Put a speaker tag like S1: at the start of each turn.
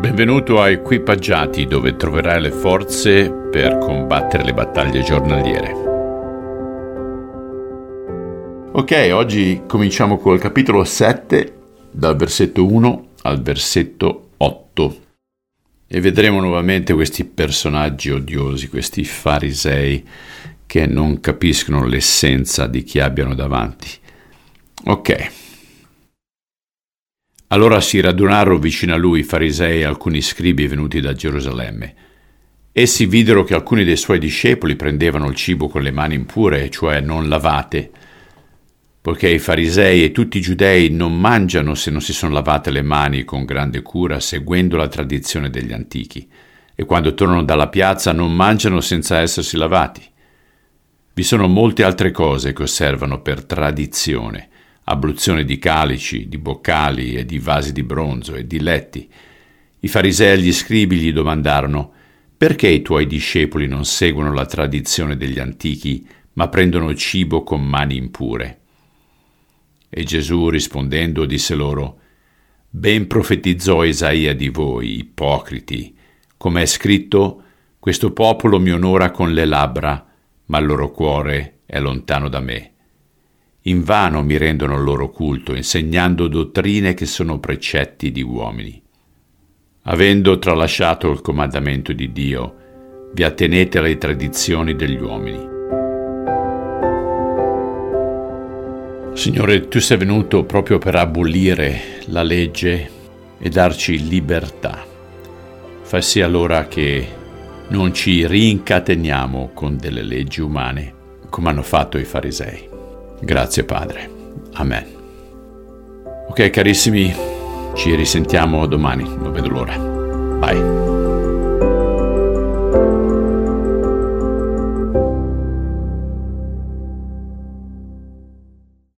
S1: Benvenuto a Equipaggiati, dove troverai le forze per combattere le battaglie giornaliere. Ok, oggi cominciamo col capitolo 7, dal versetto 1 al versetto 8. E vedremo nuovamente questi personaggi odiosi, questi farisei che non capiscono l'essenza di chi abbiano davanti. Ok. Allora si radunarono vicino a lui i farisei e alcuni scribi venuti da Gerusalemme. Essi videro che alcuni dei suoi discepoli prendevano il cibo con le mani impure, cioè non lavate, poiché i farisei e tutti i giudei non mangiano se non si sono lavate le mani con grande cura, seguendo la tradizione degli antichi, e quando tornano dalla piazza non mangiano senza essersi lavati. Vi sono molte altre cose che osservano per tradizione: abluzione di calici, di boccali e di vasi di bronzo e di letti. I farisei e gli scribi gli domandarono: perché i tuoi discepoli non seguono la tradizione degli antichi, ma prendono cibo con mani impure? E Gesù rispondendo disse loro: ben profetizzò Isaia di voi, ipocriti, come è scritto: questo popolo mi onora con le labbra, ma il loro cuore è lontano da me. Invano mi rendono il loro culto, insegnando dottrine che sono precetti di uomini. Avendo tralasciato il comandamento di Dio, vi attenete alle tradizioni degli uomini. Signore, Tu sei venuto proprio per abolire la legge e darci libertà. Fai sì allora che non ci rincateniamo con delle leggi umane, come hanno fatto i farisei. Grazie Padre. Amen. Ok carissimi, ci risentiamo domani, non vedo l'ora. Bye.